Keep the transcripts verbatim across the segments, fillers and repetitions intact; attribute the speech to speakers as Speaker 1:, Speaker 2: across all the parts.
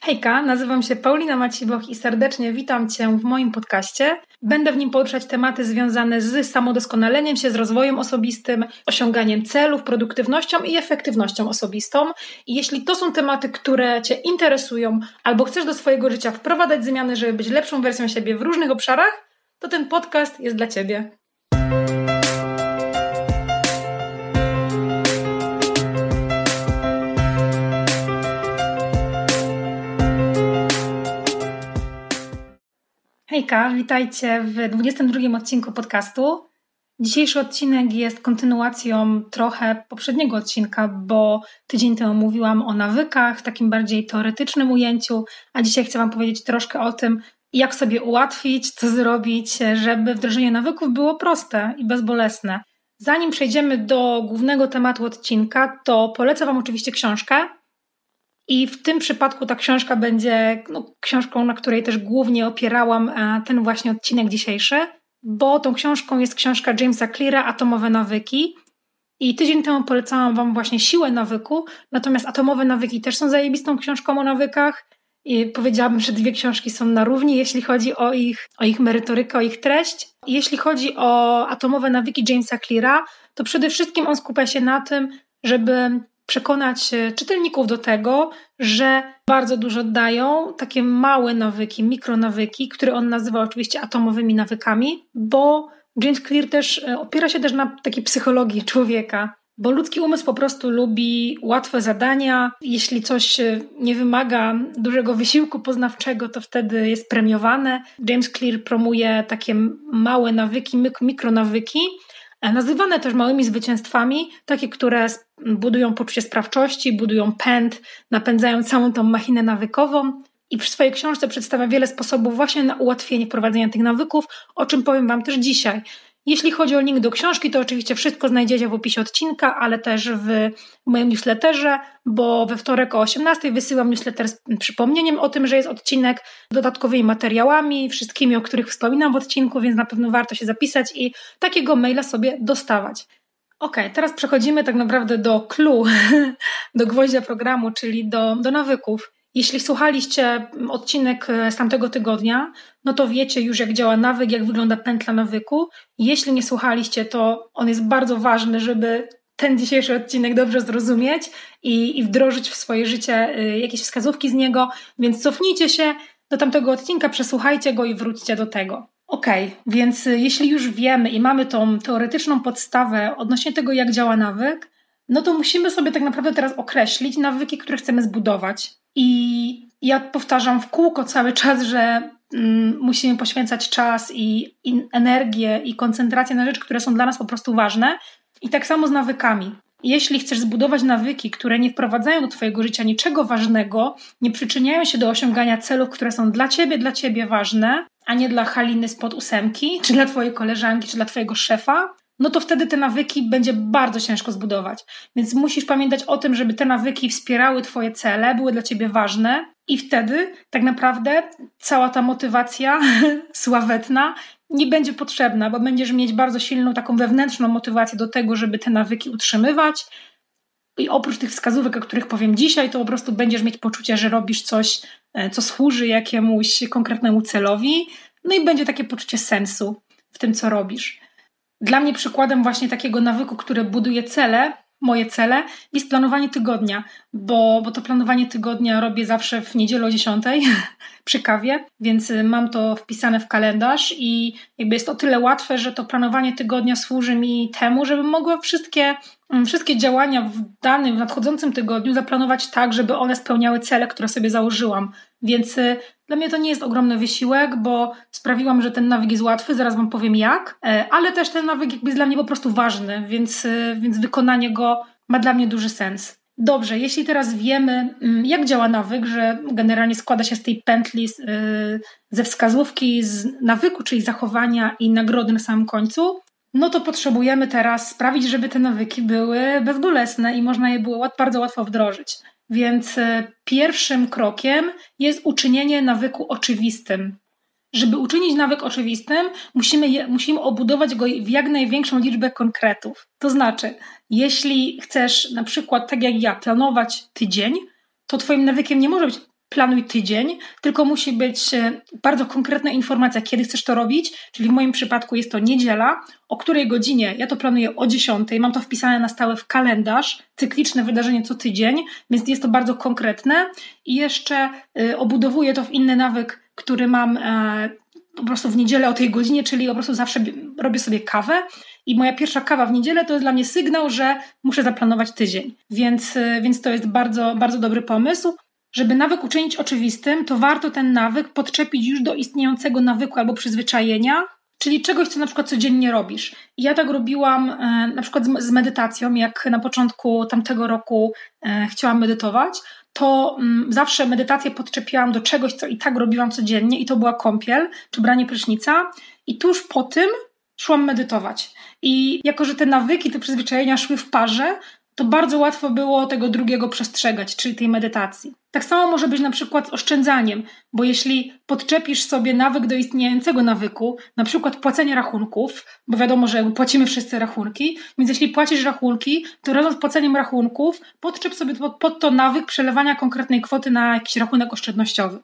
Speaker 1: Hejka, nazywam się Paulina Maciboch i serdecznie witam Cię w moim podcaście. Będę w nim poruszać tematy związane z samodoskonaleniem się, z rozwojem osobistym, osiąganiem celów, produktywnością i efektywnością osobistą. I jeśli to są tematy, które Cię interesują albo chcesz do swojego życia wprowadzać zmiany, żeby być lepszą wersją siebie w różnych obszarach, to ten podcast jest dla Ciebie. Hejka, witajcie w dwudziestym drugim odcinku podcastu. Dzisiejszy odcinek jest kontynuacją trochę poprzedniego odcinka, bo tydzień temu mówiłam o nawykach w takim bardziej teoretycznym ujęciu, a dzisiaj chcę Wam powiedzieć troszkę o tym, jak sobie ułatwić, co zrobić, żeby wdrożenie nawyków było proste i bezbolesne. Zanim przejdziemy do głównego tematu odcinka, to polecę Wam oczywiście książkę. I w tym przypadku ta książka będzie no, książką, na której też głównie opierałam ten właśnie odcinek dzisiejszy, bo tą książką jest książka Jamesa Cleara Atomowe nawyki. I tydzień temu polecałam Wam właśnie Siłę nawyku, natomiast Atomowe nawyki też są zajebistą książką o nawykach. I powiedziałabym, że dwie książki są na równi, jeśli chodzi o ich, o ich merytorykę, o ich treść. I jeśli chodzi o Atomowe nawyki Jamesa Cleara, to przede wszystkim on skupia się na tym, żeby przekonać czytelników do tego, że bardzo dużo dają takie małe nawyki, mikronawyki, które on nazywa oczywiście atomowymi nawykami, bo James Clear też opiera się też na takiej psychologii człowieka, bo ludzki umysł po prostu lubi łatwe zadania. Jeśli coś nie wymaga dużego wysiłku poznawczego, to wtedy jest premiowane. James Clear promuje takie małe nawyki, mikronawyki, nazywane też małymi zwycięstwami, takie, które budują poczucie sprawczości, budują pęd, napędzają całą tą machinę nawykową. I przy swojej książce przedstawia wiele sposobów właśnie na ułatwienie wprowadzenia tych nawyków, o czym powiem Wam też dzisiaj. Jeśli chodzi o link do książki, to oczywiście wszystko znajdziecie w opisie odcinka, ale też w moim newsletterze, bo we wtorek o osiemnastej wysyłam newsletter z przypomnieniem o tym, że jest odcinek, dodatkowymi materiałami, wszystkimi, o których wspominam w odcinku, więc na pewno warto się zapisać i takiego maila sobie dostawać. Ok, teraz przechodzimy tak naprawdę do clue, do gwoździa programu, czyli do, do nawyków. Jeśli słuchaliście odcinek z tamtego tygodnia, no to wiecie już, jak działa nawyk, jak wygląda pętla nawyku. Jeśli nie słuchaliście, to on jest bardzo ważny, żeby ten dzisiejszy odcinek dobrze zrozumieć i, i wdrożyć w swoje życie jakieś wskazówki z niego, więc cofnijcie się do tamtego odcinka, przesłuchajcie go i wróćcie do tego. Okej, okay, więc jeśli już wiemy i mamy tą teoretyczną podstawę odnośnie tego, jak działa nawyk, no to musimy sobie tak naprawdę teraz określić nawyki, które chcemy zbudować. I ja powtarzam w kółko cały czas, że mm, musimy poświęcać czas i, i energię i koncentrację na rzeczy, które są dla nas po prostu ważne. I tak samo z nawykami. Jeśli chcesz zbudować nawyki, które nie wprowadzają do Twojego życia niczego ważnego, nie przyczyniają się do osiągania celów, które są dla Ciebie, dla Ciebie ważne, a nie dla Haliny spod ósemki, czy dla Twojej koleżanki, czy dla Twojego szefa, no to wtedy te nawyki będzie bardzo ciężko zbudować. Więc musisz pamiętać o tym, żeby te nawyki wspierały Twoje cele, były dla Ciebie ważne i wtedy tak naprawdę cała ta motywacja sławetna nie będzie potrzebna, bo będziesz mieć bardzo silną taką wewnętrzną motywację do tego, żeby te nawyki utrzymywać. I oprócz tych wskazówek, o których powiem dzisiaj, to po prostu będziesz mieć poczucie, że robisz coś, co służy jakiemuś konkretnemu celowi, no i będzie takie poczucie sensu w tym, co robisz. Dla mnie przykładem właśnie takiego nawyku, który buduje cele, moje cele, jest planowanie tygodnia, bo, bo to planowanie tygodnia robię zawsze w niedzielę o dziesiątej przy kawie, więc mam to wpisane w kalendarz i jakby jest to tyle łatwe, że to planowanie tygodnia służy mi temu, żebym mogła wszystkie, wszystkie działania w danym, w nadchodzącym tygodniu zaplanować tak, żeby one spełniały cele, które sobie założyłam. Więc dla mnie to nie jest ogromny wysiłek, bo sprawiłam, że ten nawyk jest łatwy, zaraz Wam powiem jak, ale też ten nawyk jakby jest dla mnie po prostu ważny, więc, więc wykonanie go ma dla mnie duży sens. Dobrze, jeśli teraz wiemy, jak działa nawyk, że generalnie składa się z tej pętli ze wskazówki z nawyku, czyli zachowania i nagrody na samym końcu, no to potrzebujemy teraz sprawić, żeby te nawyki były bezbolesne i można je było bardzo łatwo wdrożyć. Więc pierwszym krokiem jest uczynienie nawyku oczywistym. Żeby uczynić nawyk oczywistym, musimy, je, musimy obudować go w jak największą liczbę konkretów. To znaczy, jeśli chcesz na przykład, tak jak ja, planować tydzień, to twoim nawykiem nie może być planuj tydzień, tylko musi być bardzo konkretna informacja, kiedy chcesz to robić, czyli w moim przypadku jest to niedziela, o której godzinie, ja to planuję o dziesiątej, mam to wpisane na stałe w kalendarz, cykliczne wydarzenie co tydzień, więc jest to bardzo konkretne i jeszcze obudowuję to w inny nawyk, który mam po prostu w niedzielę o tej godzinie, czyli po prostu zawsze robię sobie kawę i moja pierwsza kawa w niedzielę to jest dla mnie sygnał, że muszę zaplanować tydzień, więc, więc to jest bardzo, bardzo dobry pomysł. Żeby nawyk uczynić oczywistym, to warto ten nawyk podczepić już do istniejącego nawyku albo przyzwyczajenia, czyli czegoś, co na przykład codziennie robisz. I ja tak robiłam na przykład z medytacją, jak na początku tamtego roku chciałam medytować, to zawsze medytację podczepiłam do czegoś, co i tak robiłam codziennie i to była kąpiel czy branie prysznica i tuż po tym szłam medytować. I jako, że te nawyki, te przyzwyczajenia szły w parze, to bardzo łatwo było tego drugiego przestrzegać, czyli tej medytacji. Tak samo może być na przykład z oszczędzaniem, bo jeśli podczepisz sobie nawyk do istniejącego nawyku, na przykład płacenie rachunków, bo wiadomo, że płacimy wszyscy rachunki, więc jeśli płacisz rachunki, to razem z płaceniem rachunków podczep sobie pod, pod to nawyk przelewania konkretnej kwoty na jakiś rachunek oszczędnościowy.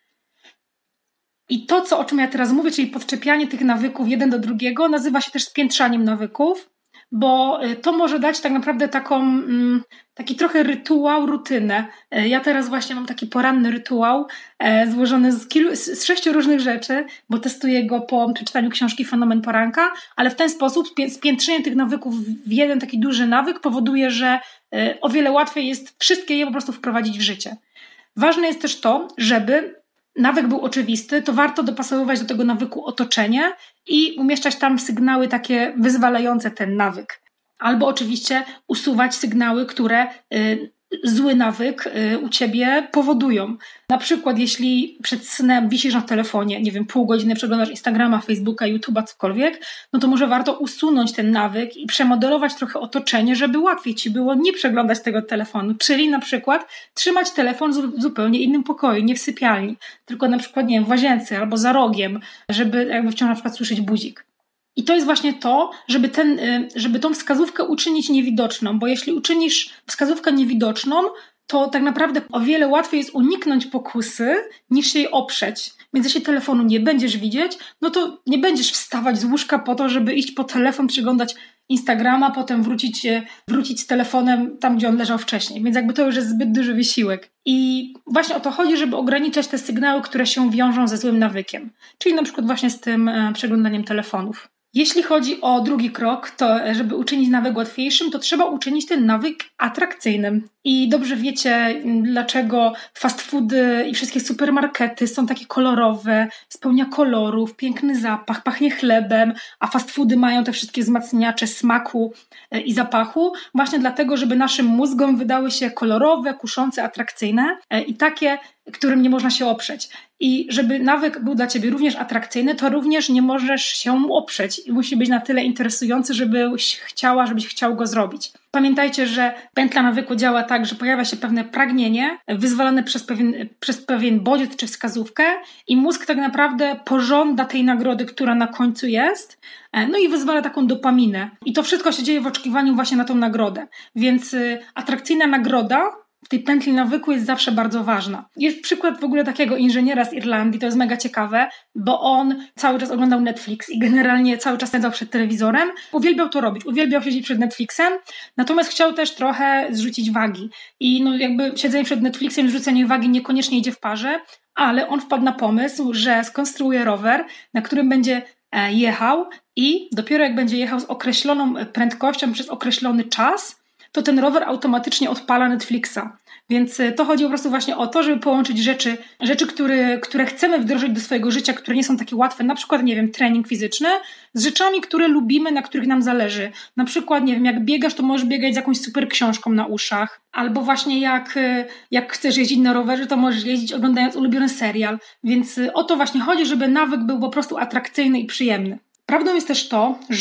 Speaker 1: I to, co, o czym ja teraz mówię, czyli podczepianie tych nawyków jeden do drugiego, nazywa się też spiętrzaniem nawyków, bo to może dać tak naprawdę taką, taki trochę rytuał, rutynę. Ja teraz właśnie mam taki poranny rytuał złożony z, kilu, z sześciu różnych rzeczy, bo testuję go po przeczytaniu książki Fenomen Poranka, ale w ten sposób spiętrzenie tych nawyków w jeden taki duży nawyk powoduje, że o wiele łatwiej jest wszystkie je po prostu wprowadzić w życie. Ważne jest też to, żeby nawyk był oczywisty, to warto dopasowywać do tego nawyku otoczenie i umieszczać tam sygnały takie wyzwalające ten nawyk. Albo oczywiście usuwać sygnały, które y, zły nawyk y, u ciebie powodują. Na przykład jeśli przed snem wisisz na telefonie, nie wiem, pół godziny przeglądasz Instagrama, Facebooka, YouTube'a, cokolwiek, no to może warto usunąć ten nawyk i przemodelować trochę otoczenie, żeby łatwiej ci było nie przeglądać tego telefonu. Czyli na przykład trzymać telefon w zupełnie innym pokoju, nie w sypialni, tylko na przykład, nie wiem, w łazience albo za rogiem, żeby jakby wciąż na przykład słyszeć budzik. I to jest właśnie to, żeby, ten, żeby tą wskazówkę uczynić niewidoczną, bo jeśli uczynisz wskazówkę niewidoczną, to tak naprawdę o wiele łatwiej jest uniknąć pokusy, niż się jej oprzeć. Więc jeśli telefonu nie będziesz widzieć, no to nie będziesz wstawać z łóżka po to, żeby iść po telefon, przeglądać Instagrama, potem wrócić, wrócić z telefonem tam, gdzie on leżał wcześniej. Więc jakby to już jest zbyt duży wysiłek. I właśnie o to chodzi, żeby ograniczać te sygnały, które się wiążą ze złym nawykiem. Czyli na przykład właśnie z tym przeglądaniem telefonów. Jeśli chodzi o drugi krok, to żeby uczynić nawyk łatwiejszym, to trzeba uczynić ten nawyk atrakcyjnym. I dobrze wiecie, dlaczego fast foody i wszystkie supermarkety są takie kolorowe, spełnia kolorów, piękny zapach, pachnie chlebem, a fast foody mają te wszystkie wzmacniacze smaku i zapachu. Właśnie dlatego, żeby naszym mózgom wydały się kolorowe, kuszące, atrakcyjne i takie, którym nie można się oprzeć. I żeby nawyk był dla ciebie również atrakcyjny, to również nie możesz się mu oprzeć i musi być na tyle interesujący, żebyś chciała, żebyś chciał go zrobić. Pamiętajcie, że pętla nawyku działa tak, że pojawia się pewne pragnienie wyzwalane przez pewien, przez pewien bodziec czy wskazówkę i mózg tak naprawdę pożąda tej nagrody, która na końcu jest, no i wyzwala taką dopaminę. I to wszystko się dzieje w oczekiwaniu właśnie na tą nagrodę. Więc y, atrakcyjna nagroda w tej pętli nawyku jest zawsze bardzo ważna. Jest przykład w ogóle takiego inżyniera z Irlandii, to jest mega ciekawe, bo on cały czas oglądał Netflix i generalnie cały czas siedzał przed telewizorem. Uwielbiał to robić, uwielbiał siedzieć przed Netflixem, natomiast chciał też trochę zrzucić wagi. I no jakby siedzenie przed Netflixem, zrzucenie wagi niekoniecznie idzie w parze, ale on wpadł na pomysł, że skonstruuje rower, na którym będzie jechał i dopiero jak będzie jechał z określoną prędkością przez określony czas, to ten rower automatycznie odpala Netflixa. Więc to chodzi po prostu właśnie o to, żeby połączyć rzeczy, rzeczy, które, które chcemy wdrożyć do swojego życia, które nie są takie łatwe, na przykład, nie wiem, trening fizyczny, z rzeczami, które lubimy, na których nam zależy. Na przykład, nie wiem, jak biegasz, to możesz biegać z jakąś super książką na uszach. Albo właśnie jak, jak chcesz jeździć na rowerze, to możesz jeździć oglądając ulubiony serial. Więc o to właśnie chodzi, żeby nawyk był po prostu atrakcyjny i przyjemny. Prawdą jest też to, że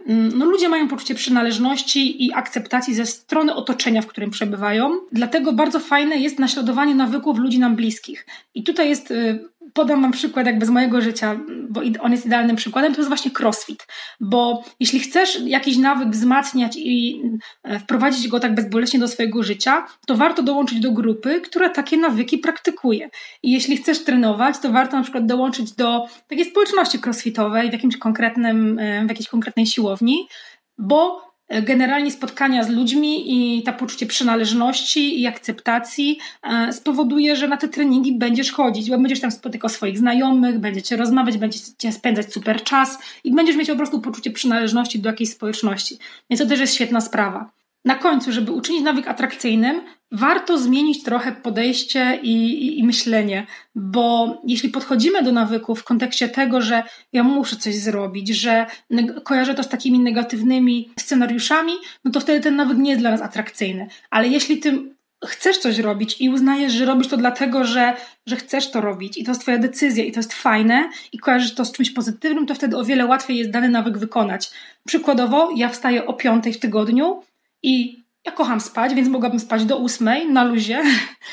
Speaker 1: no ludzie mają poczucie przynależności i akceptacji ze strony otoczenia, w którym przebywają. Dlatego bardzo fajne jest naśladowanie nawyków ludzi nam bliskich. I tutaj jest, podam wam przykład jakby z mojego życia, bo on jest idealnym przykładem, to jest właśnie crossfit. Bo jeśli chcesz jakiś nawyk wzmacniać i wprowadzić go tak bezboleśnie do swojego życia, to warto dołączyć do grupy, która takie nawyki praktykuje. I jeśli chcesz trenować, to warto na przykład dołączyć do takiej społeczności crossfitowej w jakimś konkretnym, w jakiejś konkretnej siłowni, bo generalnie spotkania z ludźmi i to poczucie przynależności i akceptacji spowoduje, że na te treningi będziesz chodzić, bo będziesz tam spotykał swoich znajomych, będziecie rozmawiać, będziecie spędzać super czas i będziesz mieć po prostu poczucie przynależności do jakiejś społeczności. Więc to też jest świetna sprawa. Na końcu, żeby uczynić nawyk atrakcyjnym, warto zmienić trochę podejście i, i, i myślenie, bo jeśli podchodzimy do nawyków w kontekście tego, że ja muszę coś zrobić, że kojarzę to z takimi negatywnymi scenariuszami, no to wtedy ten nawyk nie jest dla nas atrakcyjny. Ale jeśli ty chcesz coś robić i uznajesz, że robisz to dlatego, że, że chcesz to robić i to jest twoja decyzja i to jest fajne i kojarzysz to z czymś pozytywnym, to wtedy o wiele łatwiej jest dany nawyk wykonać. Przykładowo, ja wstaję o piątej w tygodniu i ja kocham spać, więc mogłabym spać do ósmej na luzie,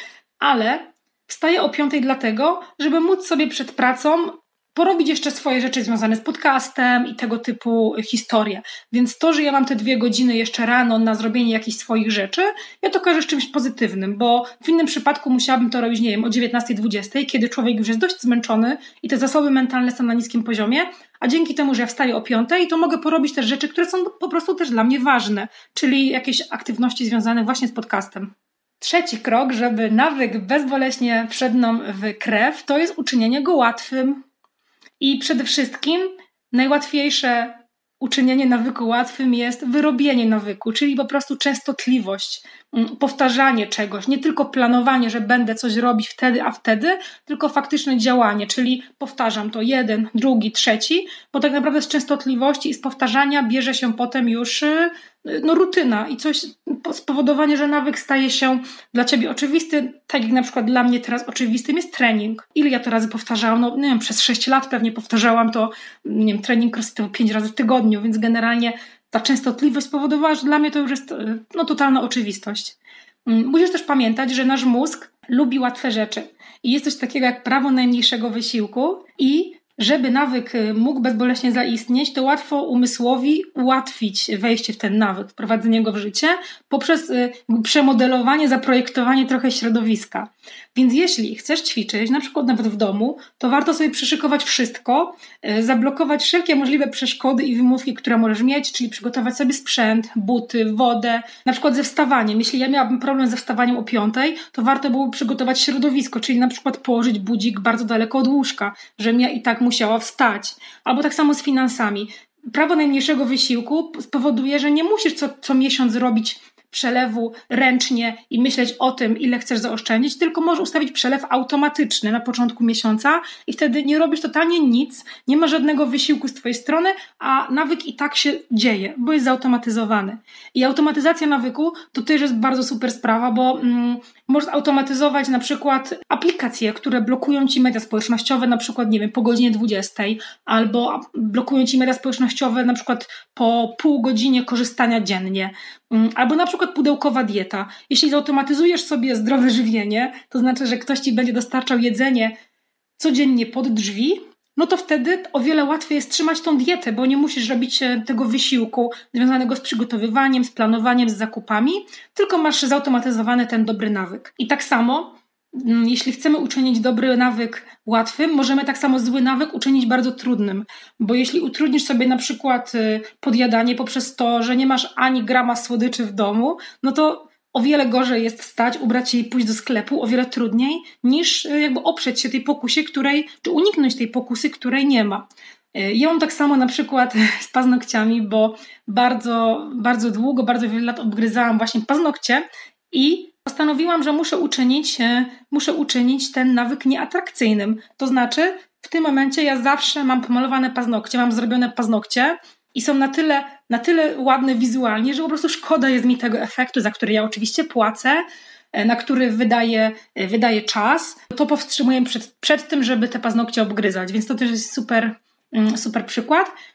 Speaker 1: ale wstaję o piątej dlatego, żeby móc sobie przed pracą porobić jeszcze swoje rzeczy związane z podcastem i tego typu historie. Więc to, że ja mam te dwie godziny jeszcze rano na zrobienie jakichś swoich rzeczy, ja to kojarzę z czymś pozytywnym, bo w innym przypadku musiałabym to robić, nie wiem, o dziewiętnastej dwudziestej, kiedy człowiek już jest dość zmęczony i te zasoby mentalne są na niskim poziomie, a dzięki temu, że ja wstaję o piątej, to mogę porobić też rzeczy, które są po prostu też dla mnie ważne, czyli jakieś aktywności związane właśnie z podcastem. Trzeci krok, żeby nawyk bezboleśnie wszedł nam w krew, to jest uczynienie go łatwym. I przede wszystkim najłatwiejsze uczynienie nawyku łatwym jest wyrobienie nawyku, czyli po prostu częstotliwość, powtarzanie czegoś, nie tylko planowanie, że będę coś robić wtedy, a wtedy, tylko faktyczne działanie, czyli powtarzam to jeden, drugi, trzeci, bo tak naprawdę z częstotliwości i z powtarzania bierze się potem już no, rutyna i coś, spowodowanie, że nawyk staje się dla ciebie oczywisty, tak jak na przykład dla mnie teraz oczywistym jest trening. Ile ja to razy powtarzałam? No nie wiem, przez sześć lat pewnie powtarzałam to, nie wiem, trening crossfitowy pięć razy w tygodniu, więc generalnie ta częstotliwość spowodowała, że dla mnie to już jest no, totalna oczywistość. Musisz też pamiętać, że nasz mózg lubi łatwe rzeczy i jest coś takiego jak prawo najmniejszego wysiłku i żeby nawyk mógł bezboleśnie zaistnieć, to łatwo umysłowi ułatwić wejście w ten nawyk, wprowadzenie go w życie poprzez przemodelowanie, zaprojektowanie trochę środowiska. Więc jeśli chcesz ćwiczyć, na przykład nawet w domu, to warto sobie przyszykować wszystko, zablokować wszelkie możliwe przeszkody i wymówki, które możesz mieć, czyli przygotować sobie sprzęt, buty, wodę, na przykład ze wstawaniem. Jeśli ja miałabym problem ze wstawaniem o piątej, to warto byłoby przygotować środowisko, czyli na przykład położyć budzik bardzo daleko od łóżka, żebym ja i tak musiała wstać. Albo tak samo z finansami. Prawo najmniejszego wysiłku spowoduje, że nie musisz co, co miesiąc robić przelewu ręcznie i myśleć o tym, ile chcesz zaoszczędzić, tylko możesz ustawić przelew automatyczny na początku miesiąca i wtedy nie robisz totalnie nic, nie ma żadnego wysiłku z twojej strony, a nawyk i tak się dzieje, bo jest zautomatyzowany. I automatyzacja nawyku to też jest bardzo super sprawa, bo mm, możesz automatyzować na przykład aplikacje, które blokują ci media społecznościowe, na przykład, nie wiem, po godzinie dwudziestej, albo blokują ci media społecznościowe na przykład po pół godzinie korzystania dziennie, albo na przykład pudełkowa dieta. Jeśli zautomatyzujesz sobie zdrowe żywienie, to znaczy, że ktoś ci będzie dostarczał jedzenie codziennie pod drzwi, no to wtedy o wiele łatwiej jest trzymać tą dietę, bo nie musisz robić tego wysiłku związanego z przygotowywaniem, z planowaniem, z zakupami, tylko masz zautomatyzowany ten dobry nawyk. I tak samo, jeśli chcemy uczynić dobry nawyk łatwym, możemy tak samo zły nawyk uczynić bardzo trudnym, bo jeśli utrudnisz sobie na przykład podjadanie poprzez to, że nie masz ani grama słodyczy w domu, no to o wiele gorzej jest wstać, ubrać się i pójść do sklepu, o wiele trudniej, niż jakby oprzeć się tej pokusie, której, czy uniknąć tej pokusy, której nie ma. Ja mam tak samo na przykład z paznokciami, bo bardzo, bardzo długo, bardzo wiele lat obgryzałam właśnie paznokcie i postanowiłam, że muszę uczynić, muszę uczynić ten nawyk nieatrakcyjnym. To znaczy, w tym momencie ja zawsze mam pomalowane paznokcie, mam zrobione paznokcie i są na tyle, na tyle ładne wizualnie, że po prostu szkoda jest mi tego efektu, za który ja oczywiście płacę, na który wydaję, wydaję czas. To powstrzymuję przed, przed tym, żeby te paznokcie obgryzać, więc to też jest super, super przykład.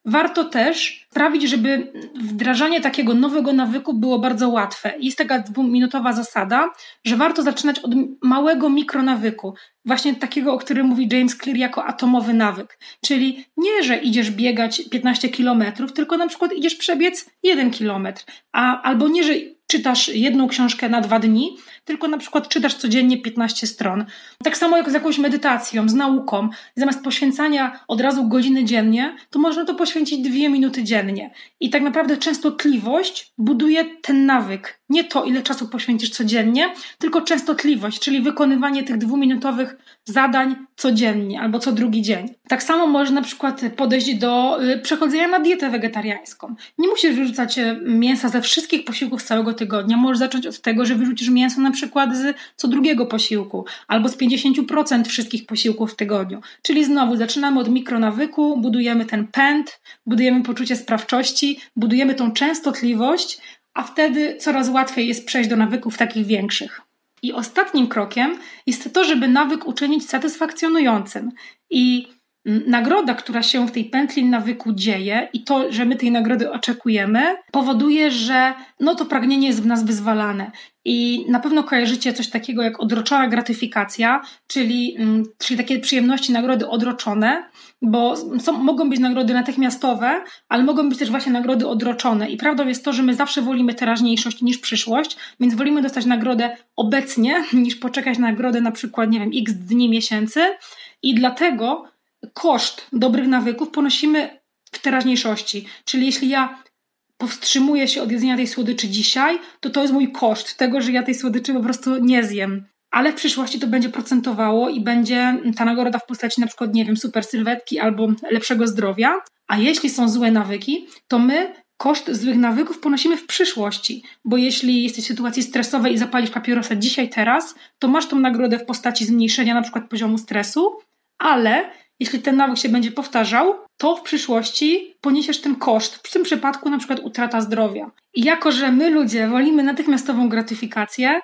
Speaker 1: Warto też sprawić, żeby wdrażanie takiego nowego nawyku było bardzo łatwe. Jest taka dwuminutowa zasada, że warto zaczynać od małego mikronawyku. Właśnie takiego, o którym mówi James Clear jako atomowy nawyk. Czyli nie, że idziesz biegać piętnaście kilometrów, tylko na przykład idziesz przebiec jeden kilometr. A, albo nie, że czytasz jedną książkę na dwa dni, tylko na przykład czytasz codziennie piętnaście stron. Tak samo jak z jakąś medytacją, z nauką. Zamiast poświęcania od razu godziny dziennie, to można to poświęcić dwie minuty dziennie. I tak naprawdę częstotliwość buduje ten nawyk. Nie to, ile czasu poświęcisz codziennie, tylko częstotliwość, czyli wykonywanie tych dwuminutowych zadań codziennie albo co drugi dzień. Tak samo możesz na przykład podejść do przechodzenia na dietę wegetariańską. Nie musisz wyrzucać mięsa ze wszystkich posiłków z całego tygodnia. Możesz zacząć od tego, że wyrzucisz mięso na przykład z co drugiego posiłku albo z pięćdziesiąt procent wszystkich posiłków w tygodniu. Czyli znowu zaczynamy od mikronawyku, budujemy ten pęd, budujemy poczucie sprawczości, budujemy tą częstotliwość, a wtedy coraz łatwiej jest przejść do nawyków takich większych. I ostatnim krokiem jest to, żeby nawyk uczynić satysfakcjonującym. I nagroda, która się w tej pętli nawyku dzieje i to, że my tej nagrody oczekujemy, powoduje, że no to pragnienie jest w nas wyzwalane. I na pewno kojarzycie coś takiego jak odroczona gratyfikacja, czyli, czyli takie przyjemności, nagrody odroczone, bo są, mogą być nagrody natychmiastowe, ale mogą być też właśnie nagrody odroczone. I prawdą jest to, że my zawsze wolimy teraźniejszość niż przyszłość, więc wolimy dostać nagrodę obecnie, niż poczekać na nagrodę na przykład, nie wiem, x dni, miesięcy. I dlatego koszt dobrych nawyków ponosimy w teraźniejszości. Czyli jeśli ja powstrzymuję się od jedzenia tej słodyczy dzisiaj, to to jest mój koszt tego, że ja tej słodyczy po prostu nie zjem. Ale w przyszłości to będzie procentowało i będzie ta nagroda w postaci na przykład, nie wiem, super sylwetki albo lepszego zdrowia. A jeśli są złe nawyki, to my koszt złych nawyków ponosimy w przyszłości. Bo jeśli jesteś w sytuacji stresowej i zapalisz papierosa dzisiaj, teraz, to masz tą nagrodę w postaci zmniejszenia na przykład poziomu stresu, ale jeśli ten nawyk się będzie powtarzał, to w przyszłości poniesiesz ten koszt. W tym przypadku na przykład utrata zdrowia. I jako, że my ludzie wolimy natychmiastową gratyfikację,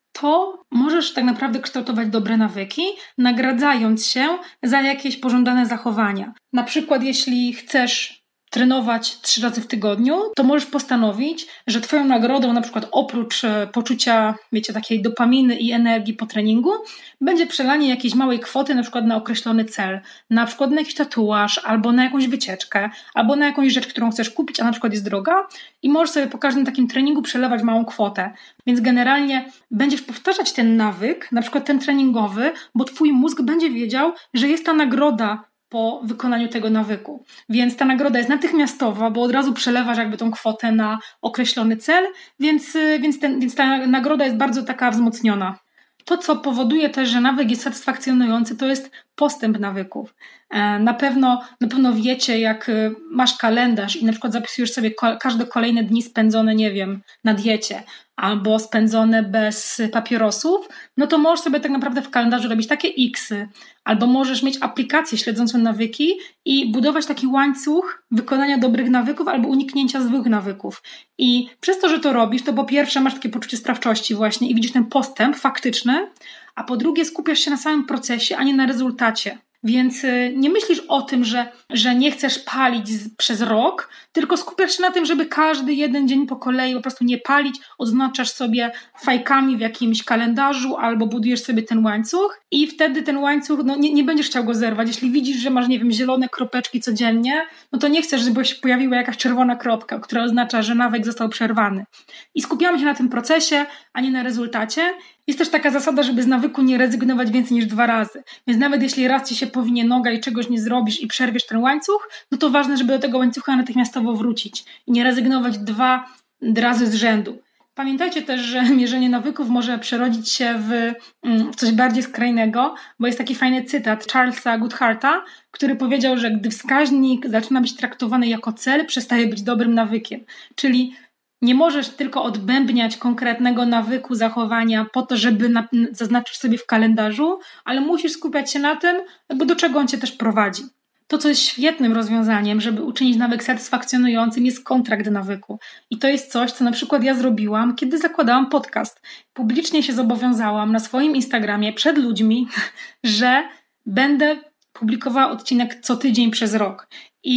Speaker 1: to możesz tak naprawdę kształtować dobre nawyki, nagradzając się za jakieś pożądane zachowania. Na przykład jeśli chcesz trenować trzy razy w tygodniu, to możesz postanowić, że twoją nagrodą na przykład oprócz poczucia, wiecie, takiej dopaminy i energii po treningu, będzie przelanie jakiejś małej kwoty na przykład na określony cel, na przykład na jakiś tatuaż, albo na jakąś wycieczkę, albo na jakąś rzecz, którą chcesz kupić, a na przykład jest droga i możesz sobie po każdym takim treningu przelewać małą kwotę. Więc generalnie będziesz powtarzać ten nawyk, na przykład ten treningowy, bo twój mózg będzie wiedział, że jest ta nagroda po wykonaniu tego nawyku. Więc ta nagroda jest natychmiastowa, bo od razu przelewasz jakby tą kwotę na określony cel, więc, więc, ten, więc ta nagroda jest bardzo taka wzmocniona. To, co powoduje też, że nawyk jest satysfakcjonujący, to jest postęp nawyków. Na pewno, na pewno wiecie, jak masz kalendarz i na przykład zapisujesz sobie każde kolejne dni spędzone, nie wiem, na diecie albo spędzone bez papierosów, no to możesz sobie tak naprawdę w kalendarzu robić takie xy, albo możesz mieć aplikację śledzącą nawyki i budować taki łańcuch wykonania dobrych nawyków albo uniknięcia złych nawyków. I przez to, że to robisz, to po pierwsze masz takie poczucie sprawczości właśnie i widzisz ten postęp faktyczny, a po drugie skupiasz się na samym procesie, a nie na rezultacie. Więc nie myślisz o tym, że, że nie chcesz palić z, przez rok, tylko skupiasz się na tym, żeby każdy jeden dzień po kolei po prostu nie palić, odznaczasz sobie fajkami w jakimś kalendarzu albo budujesz sobie ten łańcuch i wtedy ten łańcuch, no nie, nie będziesz chciał go zerwać. Jeśli widzisz, że masz, nie wiem, zielone kropeczki codziennie, no to nie chcesz, żeby się pojawiła jakaś czerwona kropka, która oznacza, że nawyk został przerwany. I skupiamy się na tym procesie, a nie na rezultacie. Jest też taka zasada, żeby z nawyku nie rezygnować więcej niż dwa razy. Więc nawet jeśli raz ci się powinie noga i czegoś nie zrobisz i przerwiesz ten łańcuch, no to ważne, żeby do tego łańcucha natychmiastowo wrócić i nie rezygnować dwa razy z rzędu. Pamiętajcie też, że mierzenie nawyków może przerodzić się w coś bardziej skrajnego, bo jest taki fajny cytat Charlesa Goodharta, który powiedział, że gdy wskaźnik zaczyna być traktowany jako cel, przestaje być dobrym nawykiem. Czyli nie możesz tylko odbębniać konkretnego nawyku zachowania po to, żeby na, zaznaczyć sobie w kalendarzu, ale musisz skupiać się na tym, jakby do czego on cię też prowadzi. To, co jest świetnym rozwiązaniem, żeby uczynić nawyk satysfakcjonującym, jest kontrakt nawyku. I to jest coś, co na przykład ja zrobiłam, kiedy zakładałam podcast. Publicznie się zobowiązałam na swoim Instagramie przed ludźmi, że będę publikowała odcinek co tydzień przez rok. I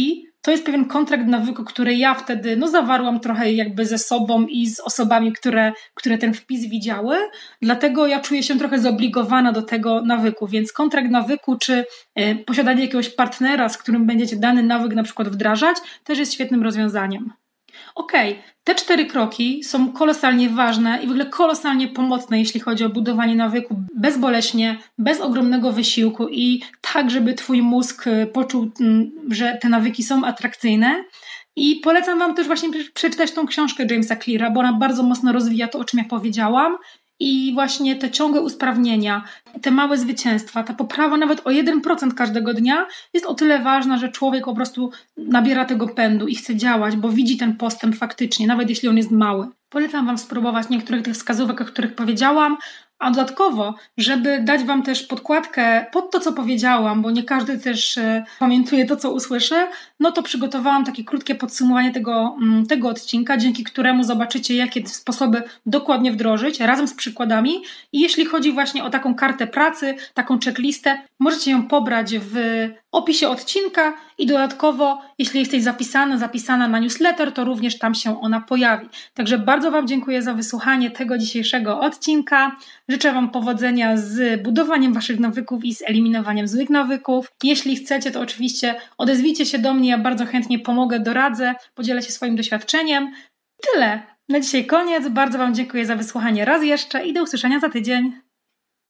Speaker 1: to jest pewien kontrakt nawyku, który ja wtedy no, zawarłam trochę jakby ze sobą i z osobami, które, które ten wpis widziały. Dlatego ja czuję się trochę zobligowana do tego nawyku, więc kontrakt nawyku czy y, posiadanie jakiegoś partnera, z którym będziecie dany nawyk na przykład wdrażać, też jest świetnym rozwiązaniem. Okej, okay. Te cztery kroki są kolosalnie ważne i w ogóle kolosalnie pomocne, jeśli chodzi o budowanie nawyku bezboleśnie, bez ogromnego wysiłku i tak, żeby twój mózg poczuł, że te nawyki są atrakcyjne. I polecam wam też właśnie przeczytać tą książkę Jamesa Cleara, bo ona bardzo mocno rozwija to, o czym ja powiedziałam. I właśnie te ciągłe usprawnienia, te małe zwycięstwa, ta poprawa nawet o jeden procent każdego dnia jest o tyle ważna, że człowiek po prostu nabiera tego pędu i chce działać, bo widzi ten postęp faktycznie, nawet jeśli on jest mały. Polecam wam spróbować niektórych tych wskazówek, o których powiedziałam, a dodatkowo, żeby dać wam też podkładkę pod to, co powiedziałam, bo nie każdy też e, pamiętuje to, co usłyszy, no to przygotowałam takie krótkie podsumowanie tego, tego odcinka, dzięki któremu zobaczycie, jakie sposoby dokładnie wdrożyć, razem z przykładami. I jeśli chodzi właśnie o taką kartę pracy, taką checklistę, możecie ją pobrać w opisie odcinka i dodatkowo, jeśli jesteś zapisany, zapisana na newsletter, to również tam się ona pojawi. Także bardzo wam dziękuję za wysłuchanie tego dzisiejszego odcinka. Życzę wam powodzenia z budowaniem waszych nawyków i z eliminowaniem złych nawyków. Jeśli chcecie, to oczywiście odezwijcie się do mnie, ja bardzo chętnie pomogę, doradzę, podzielę się swoim doświadczeniem. Tyle. Na dzisiaj koniec. Bardzo wam dziękuję za wysłuchanie raz jeszcze i do usłyszenia za tydzień.